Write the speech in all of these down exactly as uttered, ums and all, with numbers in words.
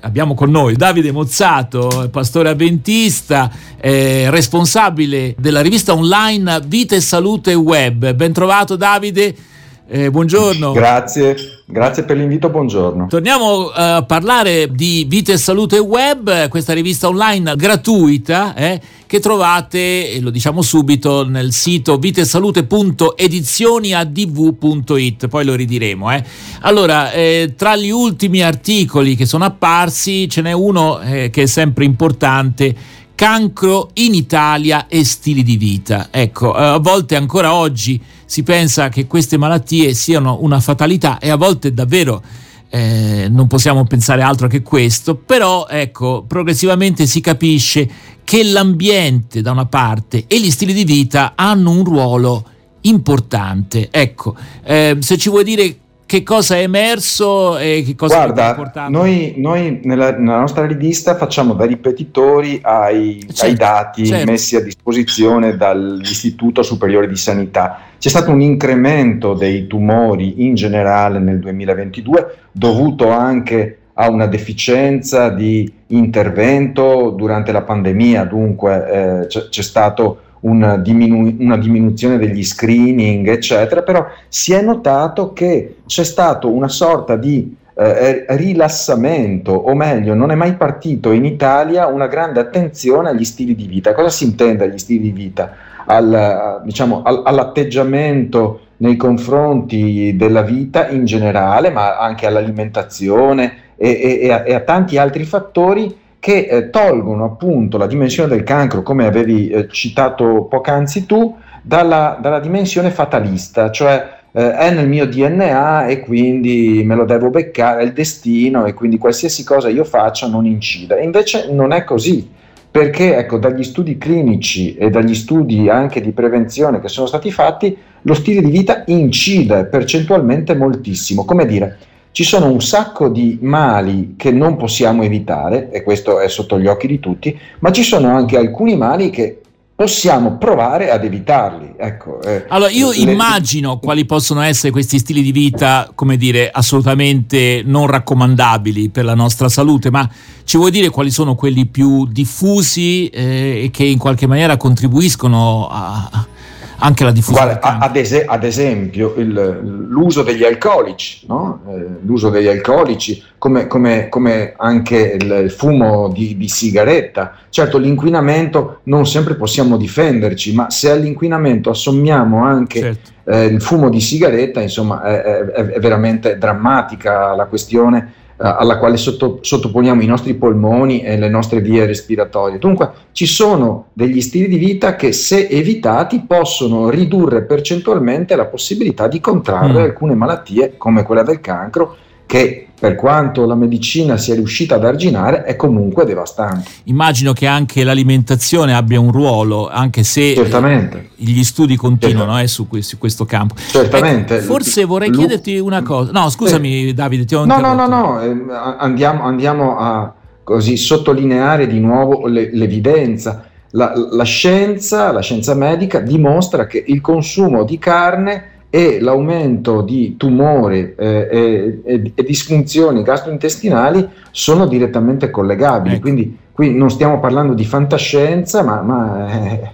abbiamo con noi Davide Mozzato, pastore avventista, eh, responsabile della rivista online Vita e Salute Web. Ben trovato Davide, eh, buongiorno. Grazie, grazie per l'invito, buongiorno. Torniamo a parlare di Vita e Salute Web, questa rivista online gratuita eh, che trovate, e lo diciamo subito, nel sito vitaesalute punto edizioni a d v punto i t, poi lo ridiremo. Eh. Allora, eh, tra gli ultimi articoli che sono apparsi ce n'è uno eh, che è sempre importante: cancro in Italia e stili di vita. Ecco, a volte ancora oggi si pensa che queste malattie siano una fatalità e a volte davvero eh, non possiamo pensare altro che questo, però ecco, progressivamente si capisce che l'ambiente da una parte e gli stili di vita hanno un ruolo importante. Ecco, eh, se ci vuoi dire che cosa è emerso e che cosa Guarda, è portato? Noi, noi nella, nella nostra rivista facciamo da ripetitori ai, certo, ai dati certo. messi a disposizione dall'Istituto Superiore di Sanità. C'è stato un incremento dei tumori in generale nel duemilaventidue, dovuto anche a una deficienza di intervento durante la pandemia, dunque eh, c'è, c'è stato Una, diminu- una diminuzione degli screening, eccetera, però si è notato che c'è stato una sorta di eh, rilassamento, o meglio, non è mai partito in Italia una grande attenzione agli stili di vita. Cosa si intende agli stili di vita? Al, diciamo, al, all'atteggiamento nei confronti della vita in generale, ma anche all'alimentazione e, e, e, a, e a tanti altri fattori che eh, tolgono appunto la dimensione del cancro, come avevi eh, citato poc'anzi tu, dalla, dalla dimensione fatalista, cioè eh, è nel mio D N A e quindi me lo devo beccare, è il destino e quindi qualsiasi cosa io faccia non incide. E invece non è così, perché ecco, dagli studi clinici e dagli studi anche di prevenzione che sono stati fatti, lo stile di vita incide percentualmente moltissimo. Come dire, ci sono un sacco di mali che non possiamo evitare, e questo è sotto gli occhi di tutti, ma ci sono anche alcuni mali che possiamo provare ad evitarli. Ecco, eh, allora io le... immagino quali possono essere questi stili di vita, come dire, assolutamente non raccomandabili per la nostra salute, ma ci vuoi dire quali sono quelli più diffusi eh, e che in qualche maniera contribuiscono a... anche la diffusione? Guarda, ad, es- ad esempio il, l'uso degli alcolici, no? eh, l'uso degli alcolici, come, come, come anche il, il fumo di, di sigaretta. Certo, l'inquinamento non sempre possiamo difenderci, ma se all'inquinamento assommiamo anche certo. eh, il fumo di sigaretta, insomma è, è, è veramente drammatica la questione alla quale sotto, sottoponiamo i nostri polmoni e le nostre vie respiratorie. Dunque ci sono degli stili di vita che, se evitati, possono ridurre percentualmente la possibilità di contrarre mm. alcune malattie come quella del cancro, che per quanto la medicina sia riuscita ad arginare è comunque devastante. Immagino che anche l'alimentazione abbia un ruolo, anche se certamente. Gli studi continuano eh, su, su questo campo. Certamente. Ecco, forse vorrei Lu- chiederti una cosa. No, scusami eh. Davide, ti ho No, no, no, no, eh, andiamo, andiamo a così sottolineare di nuovo le, l'evidenza. La, la scienza, la scienza medica dimostra che il consumo di carne e l'aumento di tumori eh, e, e, e disfunzioni gastrointestinali sono direttamente collegabili. Ecco. Quindi qui non stiamo parlando di fantascienza, ma, ma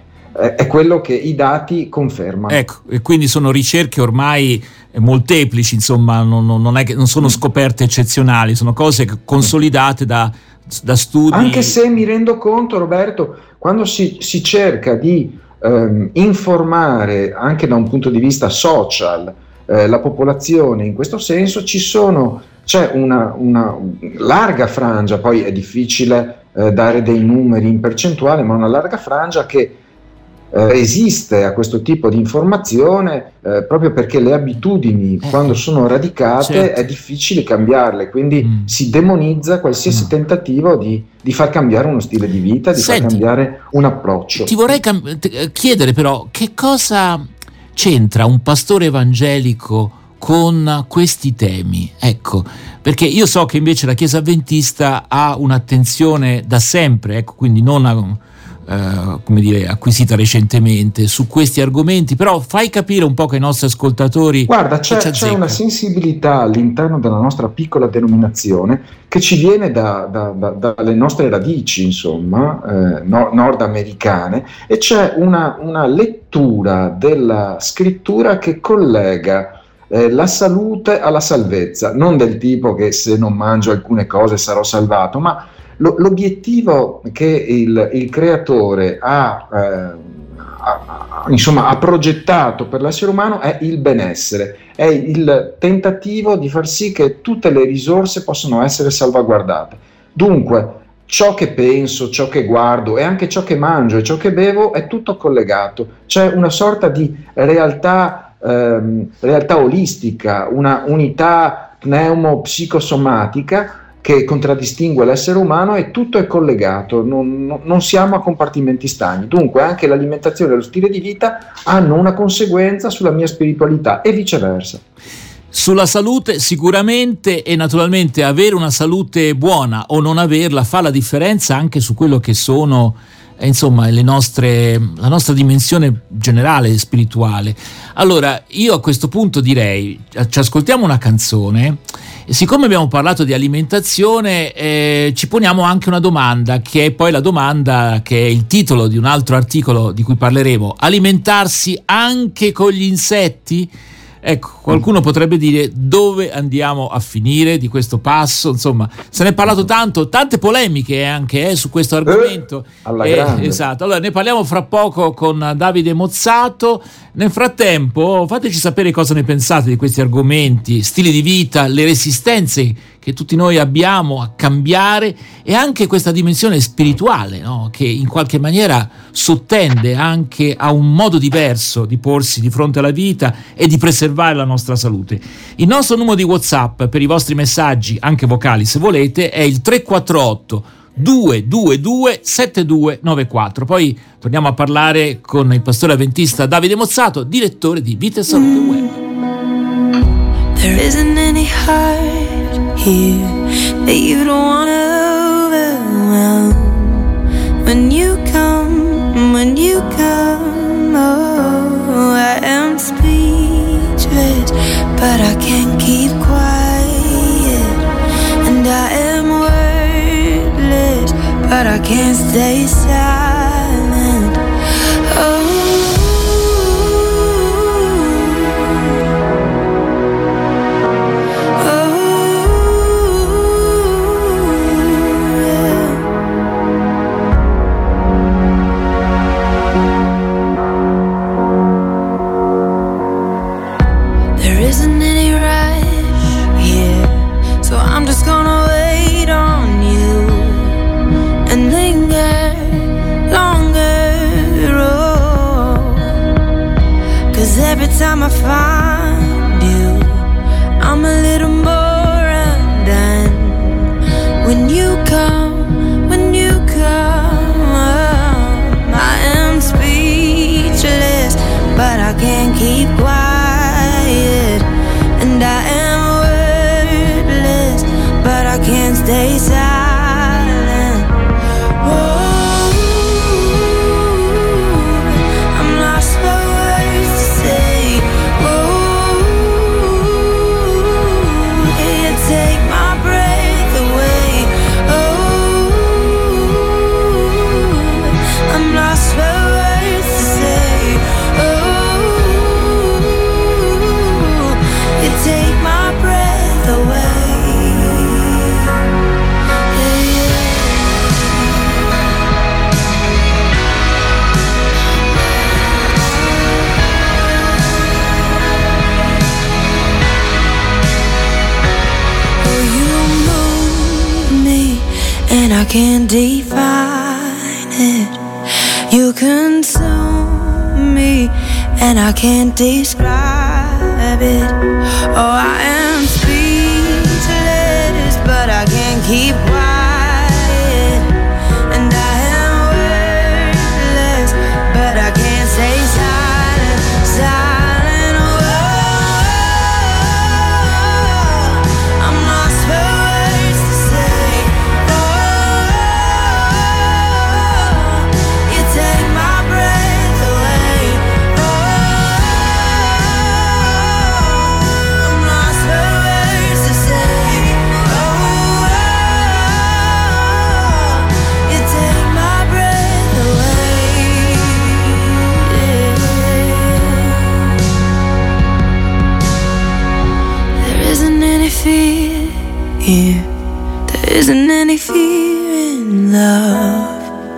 è, è quello che i dati confermano. Ecco, e quindi sono ricerche ormai molteplici, insomma, non, non, è che, non sono scoperte eccezionali, sono cose consolidate da, da studi. Anche se mi rendo conto, Roberto, quando si, si cerca di Um, informare anche da un punto di vista social eh, la popolazione in questo senso, ci sono c'è una, una larga frangia, poi è difficile eh, dare dei numeri in percentuale, ma una larga frangia che eh, resiste a questo tipo di informazione eh, proprio perché le abitudini eh, quando sono radicate certo. è difficile cambiarle, quindi mm. si demonizza qualsiasi mm. tentativo di, di far cambiare uno stile di vita, di Senti, far cambiare un approccio. Ti vorrei cam- chiedere però che cosa c'entra un pastore evangelico con questi temi, ecco, perché io so che invece la Chiesa Avventista ha un'attenzione da sempre, ecco, quindi non a eh, come dire, acquisita recentemente su questi argomenti, però fai capire un po' che i nostri ascoltatori. Guarda, c'è, c'è una sensibilità all'interno della nostra piccola denominazione che ci viene da, da, da, dalle nostre radici, insomma, eh, no, nordamericane, e c'è una, una lettura della scrittura che collega Eh, la salute alla salvezza, non del tipo che se non mangio alcune cose sarò salvato, ma lo, l'obiettivo che il, il creatore ha, eh, ha, insomma, ha progettato per l'essere umano è il benessere, è il tentativo di far sì che tutte le risorse possano essere salvaguardate. Dunque, ciò che penso, ciò che guardo e anche ciò che mangio e ciò che bevo è tutto collegato, c'è una sorta di realtà Ehm, realtà olistica, una unità pneumo-psicosomatica che contraddistingue l'essere umano, e tutto è collegato, non, non siamo a compartimenti stagni. Dunque anche l'alimentazione e lo stile di vita hanno una conseguenza sulla mia spiritualità e viceversa. Sulla salute sicuramente, e naturalmente avere una salute buona o non averla fa la differenza anche su quello che sono, insomma, le nostre, la nostra dimensione generale spirituale. Allora io a questo punto direi ci ascoltiamo una canzone, e siccome abbiamo parlato di alimentazione eh, ci poniamo anche una domanda, che è poi la domanda che è il titolo di un altro articolo di cui parleremo: alimentarsi anche con gli insetti? Ecco, qualcuno potrebbe dire: dove andiamo a finire di questo passo? Insomma, se ne è parlato tanto, tante polemiche anche eh, su questo argomento. Eh, alla eh, grande. Esatto. Allora ne parliamo fra poco con Davide Mozzato. Nel frattempo fateci sapere cosa ne pensate di questi argomenti, stili di vita, le resistenze che tutti noi abbiamo a cambiare, e anche questa dimensione spirituale, no? Che in qualche maniera sottende anche a un modo diverso di porsi di fronte alla vita e di preservare la nostra salute. Il nostro numero di WhatsApp per i vostri messaggi, anche vocali se volete, è il tre quattro otto due due due sette due nove quattro. Poi torniamo a parlare con il pastore avventista Davide Mozzato, direttore di Vita e Salute Web. There isn't any heart here that you don't want to overwhelm. When you come, when you come, oh, I am speechless, but I can't keep quiet, and I am wordless, but I can't stay silent. Oh, time I find you, I'm a little more undone. When you come, when you come, I am speechless, but I can't keep quiet, and I am wordless, but I can't stay silent. Whoa. I can't define it. You consume me, and I can't describe it. Oh, I am speechless, but I can't keep quiet, and I am wordless, but I can't stay silent, silent. It and any fear in love.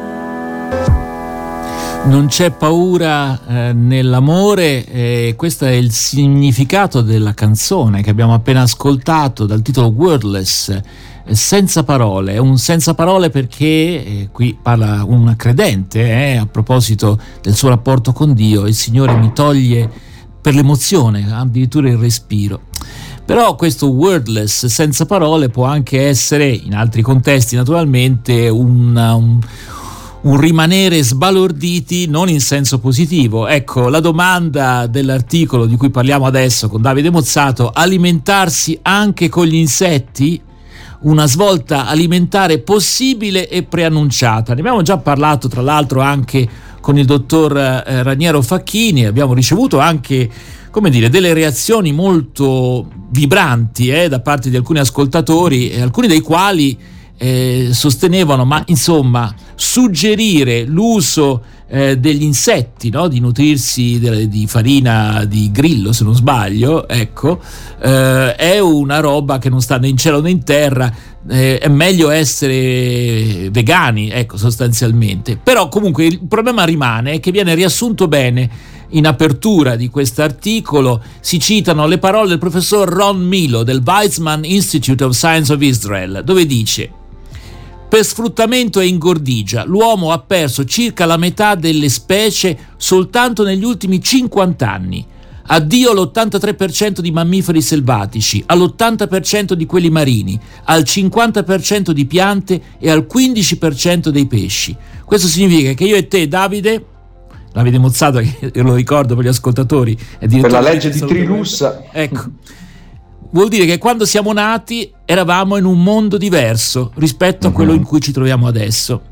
Non c'è paura eh, nell'amore, eh, questo è il significato della canzone che abbiamo appena ascoltato dal titolo Wordless, eh, senza parole. È un senza parole perché eh, qui parla una credente eh, a proposito del suo rapporto con Dio. Il Signore mi toglie per l'emozione addirittura il respiro. Però questo wordless, senza parole, può anche essere, in altri contesti naturalmente, un, un un rimanere sbalorditi, non in senso positivo. Ecco, la domanda dell'articolo di cui parliamo adesso con Davide Mozzato: alimentarsi anche con gli insetti? Una svolta alimentare possibile e preannunciata. Ne abbiamo già parlato tra l'altro anche con il dottor eh, Raniero Facchini, abbiamo ricevuto anche, come dire, delle reazioni molto vibranti eh, da parte di alcuni ascoltatori, e alcuni dei quali Eh, sostenevano, ma insomma, suggerire l'uso eh, degli insetti, no? Di nutrirsi de, di farina di grillo, se non sbaglio, ecco, eh, è una roba che non sta né in cielo né in terra, eh, è meglio essere vegani, ecco, sostanzialmente. Però comunque il problema rimane, che viene riassunto bene in apertura di quest'articolo. Si citano le parole del professor Ron Milo del Weizmann Institute of Science of Israel, dove dice: per sfruttamento e ingordigia l'uomo ha perso circa la metà delle specie soltanto negli ultimi cinquanta anni. Addio all'ottantatré per cento di mammiferi selvatici, all'ottanta per cento di quelli marini, al cinquanta per cento di piante e al quindici per cento dei pesci. Questo significa che io e te, Davide, Davide Mozzato, che lo ricordo per gli ascoltatori, è per la legge di Trilussa, ecco, vuol dire che quando siamo nati eravamo in un mondo diverso rispetto a quello in cui ci troviamo adesso.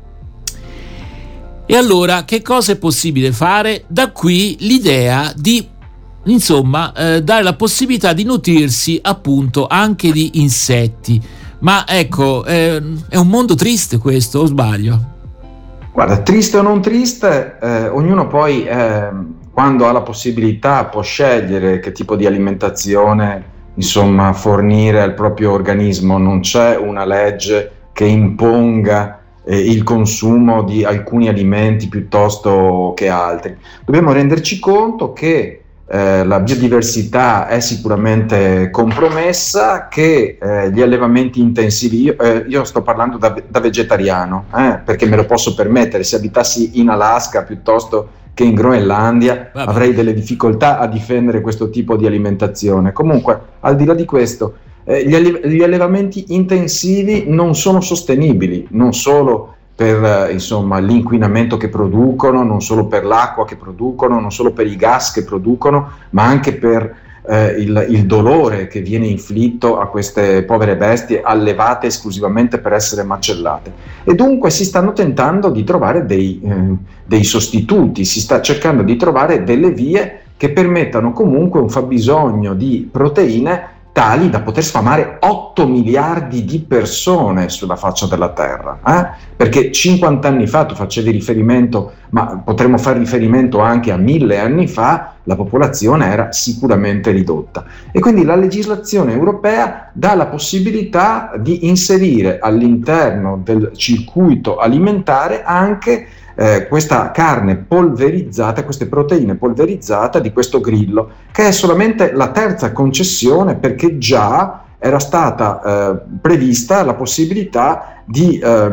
E allora che cosa è possibile fare? Da qui l'idea di, insomma, eh, dare la possibilità di nutrirsi appunto anche di insetti. Ma ecco, eh, è un mondo triste questo, o sbaglio? Guarda, triste o non triste, eh, ognuno poi eh, quando ha la possibilità può scegliere che tipo di alimentazione, insomma, fornire al proprio organismo. Non c'è una legge che imponga eh, il consumo di alcuni alimenti piuttosto che altri. Dobbiamo renderci conto che eh, la biodiversità è sicuramente compromessa, che eh, gli allevamenti intensivi, io, eh, io sto parlando da, da vegetariano, eh, perché me lo posso permettere. Se abitassi in Alaska piuttosto che in Groenlandia Vabbè. avrei delle difficoltà a difendere questo tipo di alimentazione. Comunque, al di là di questo, eh, gli, alle- gli allevamenti intensivi non sono sostenibili, non solo per eh, insomma, l'inquinamento che producono, non solo per l'acqua che producono, non solo per i gas che producono, ma anche per eh, il, il dolore che viene inflitto a queste povere bestie allevate esclusivamente per essere macellate. E dunque si stanno tentando di trovare dei, eh, dei sostituti, si sta cercando di trovare delle vie che permettano comunque un fabbisogno di proteine tali da poter sfamare otto miliardi di persone sulla faccia della Terra, eh? Perché cinquanta anni fa, tu facevi riferimento, ma potremmo fare riferimento anche a mille anni fa, la popolazione era sicuramente ridotta. E quindi la legislazione europea dà la possibilità di inserire all'interno del circuito alimentare anche Eh, questa carne polverizzata, queste proteine polverizzate di questo grillo, che è solamente la terza concessione, perché già era stata eh, prevista la possibilità di eh,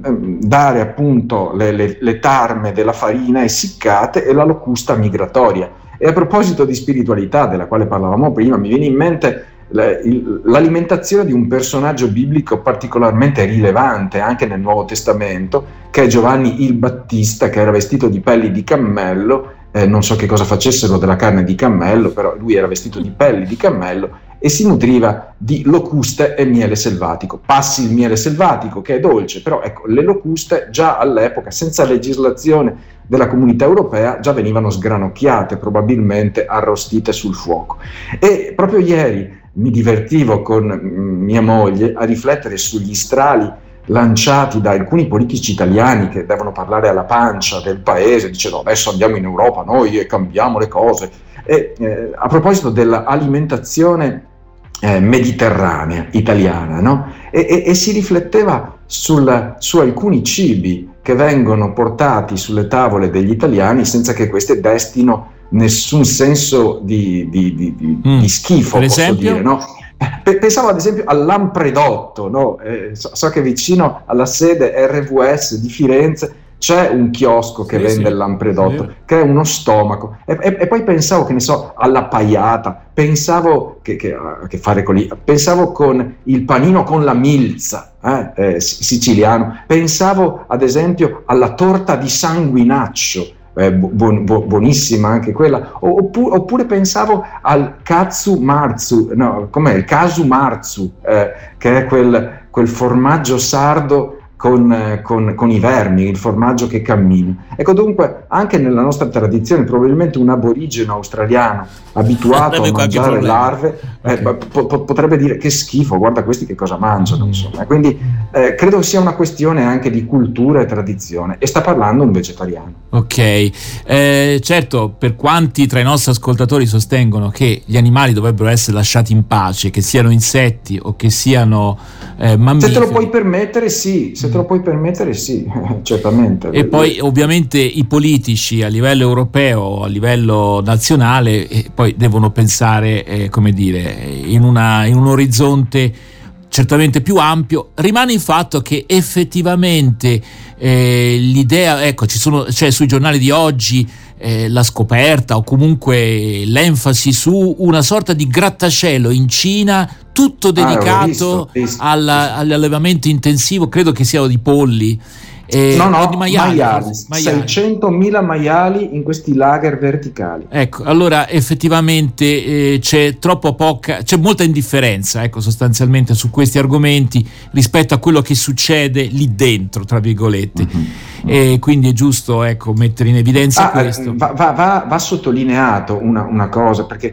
dare appunto le, le, le tarme della farina essiccate e la locusta migratoria. E a proposito di spiritualità, della quale parlavamo prima, mi viene in mente l'alimentazione di un personaggio biblico particolarmente rilevante anche nel Nuovo Testamento, che è Giovanni il Battista, che era vestito di pelli di cammello, eh, non so che cosa facessero della carne di cammello, però lui era vestito di pelli di cammello e si nutriva di locuste e miele selvatico. Passi il miele selvatico, che è dolce, però ecco, le locuste già all'epoca, senza legislazione della Comunità Europea, già venivano sgranocchiate, probabilmente arrostite sul fuoco. E proprio ieri mi divertivo con mia moglie a riflettere sugli strali lanciati da alcuni politici italiani che devono parlare alla pancia del paese, dicendo adesso andiamo in Europa noi e cambiamo le cose. E eh, a proposito dell'alimentazione eh, mediterranea italiana, no? E, e, e si rifletteva sul, su alcuni cibi che vengono portati sulle tavole degli italiani senza che questi destino nessun senso di, di, di, di, mm. di schifo, per posso esempio? dire, no? Pensavo ad esempio al Lampredotto, no? eh, so, so che vicino alla sede R V S di Firenze c'è un chiosco che sì, vende sì, il Lampredotto, sì. che è uno stomaco, e, e, e poi pensavo, che ne so, alla paiata, pensavo che, che, a che fare con lì, pensavo con il panino con la milza, eh, eh, siciliano, pensavo ad esempio alla torta di sanguinaccio, eh, bu- bu- buonissima anche quella, oppure, oppure pensavo al katsu marzu, no, com'è, il casu marzu, eh, che è quel, quel formaggio sardo Con, con, con i vermi, il formaggio che cammina. Ecco, dunque, anche nella nostra tradizione, probabilmente un aborigeno australiano abituato a mangiare larve okay. eh, po- po- potrebbe dire che schifo, guarda questi che cosa mangiano, mm. insomma. Quindi eh, credo sia una questione anche di cultura e tradizione, e sta parlando un vegetariano. Ok, eh, certo, per quanti tra i nostri ascoltatori sostengono che gli animali dovrebbero essere lasciati in pace, che siano insetti o che siano eh, mammiferi, se te lo puoi permettere sì, se te lo puoi permettere sì, certamente. E poi ovviamente i politici a livello europeo, a livello nazionale, eh, poi devono pensare, eh, come dire, in, una, in un orizzonte certamente più ampio. Rimane il fatto che effettivamente eh, l'idea, ecco, ci sono, cioè sui giornali di oggi eh, la scoperta o comunque l'enfasi su una sorta di grattacielo in Cina, tutto dedicato ah, visto, visto, alla, all'allevamento intensivo, credo che sia di polli. Eh, no, no, di maiali, maiali, maiali. seicentomila maiali in questi lager verticali. Ecco, allora effettivamente eh, c'è troppo poca, c'è molta indifferenza, ecco, sostanzialmente su questi argomenti rispetto a quello che succede lì dentro, tra virgolette. Mm-hmm. E quindi è giusto, ecco, mettere in evidenza ah, questo. Va, va, va, va sottolineato una, una cosa, perché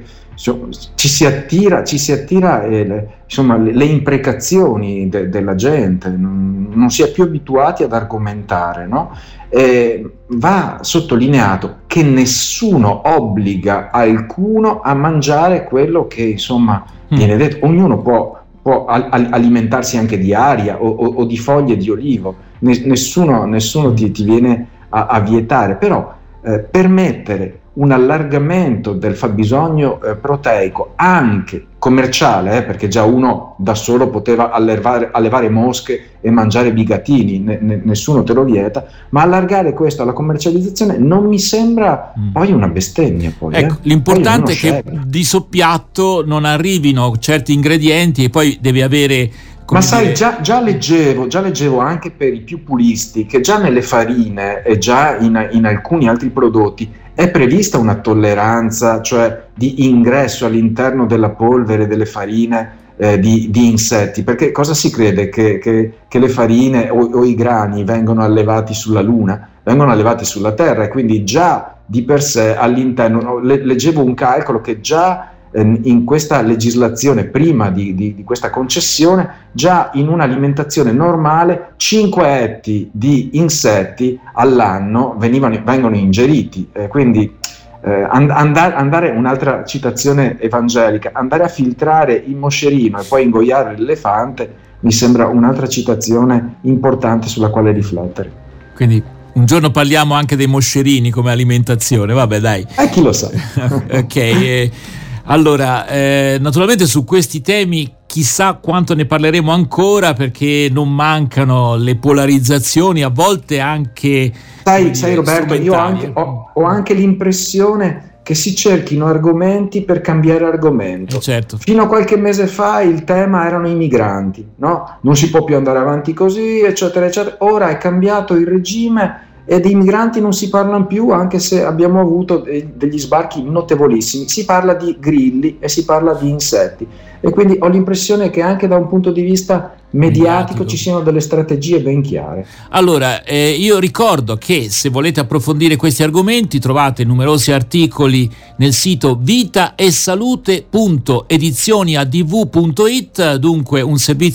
ci si attira, ci si attira eh, le, insomma, le, le imprecazioni de, della gente, non, non si è più abituati ad argomentare, no? Eh, va sottolineato che nessuno obbliga alcuno a mangiare quello che insomma mm. viene detto, ognuno può, può al, al, alimentarsi anche di aria o, o, o di foglie di olivo, nessuno, nessuno ti, ti viene a, a vietare, però eh, permettere un allargamento del fabbisogno eh, proteico anche commerciale, eh, perché già uno da solo poteva allevare, allevare mosche e mangiare bigatini, ne, ne, nessuno te lo vieta, ma allargare questo alla commercializzazione non mi sembra mm. poi una bestemmia. Poi, ecco, eh. l'importante poi è che di soppiatto non arrivino certi ingredienti e poi devi avere... Ma sai, dire... già, già, leggevo, già leggevo anche per i più pulisti che già nelle farine e già in, in alcuni altri prodotti è prevista una tolleranza, cioè di ingresso all'interno della polvere delle farine eh, di, di insetti, perché cosa si crede? Che, che, che le farine o, o i grani vengono allevati sulla Luna? Vengono allevati sulla Terra, e quindi già di per sé all'interno, le, leggevo un calcolo che già in questa legislazione, prima di, di, di questa concessione, già in un'alimentazione normale cinque etti di insetti all'anno venivano, vengono ingeriti, eh, quindi eh, and, andare, andare, un'altra citazione evangelica, andare a filtrare il moscerino e poi ingoiare l'elefante mi sembra un'altra citazione importante sulla quale riflettere. Quindi un giorno parliamo anche dei moscerini come alimentazione, vabbè dai. Eh, chi lo sa. Ok, eh, allora, eh, naturalmente su questi temi chissà quanto ne parleremo ancora, perché non mancano le polarizzazioni, a volte anche... Sai, sai Roberto, io anche, ho, ho anche l'impressione che si cerchino argomenti per cambiare argomento. Eh certo. Fino a qualche mese fa il tema erano i migranti, no? Non si può più andare avanti così, eccetera, eccetera. Ora è cambiato il regime e dei migranti non si parlano più, anche se abbiamo avuto degli sbarchi notevolissimi. Si parla di grilli e si parla di insetti, e quindi ho l'impressione che anche da un punto di vista mediatico, mediatico. ci siano delle strategie ben chiare. Allora, eh, io ricordo che se volete approfondire questi argomenti trovate numerosi articoli nel sito vita e salute punto edizioni a d v punto it, dunque un servizio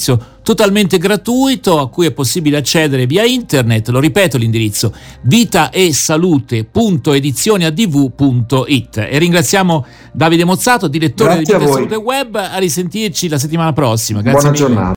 totalmente gratuito, a cui è possibile accedere via internet. Lo ripeto l'indirizzo: vitaesalute punto edizioni a d v punto i t. E ringraziamo Davide Mozzato, direttore Grazie di Vita e a voi. Salute Web. A risentirci la settimana prossima. Grazie Buona mille. giornata.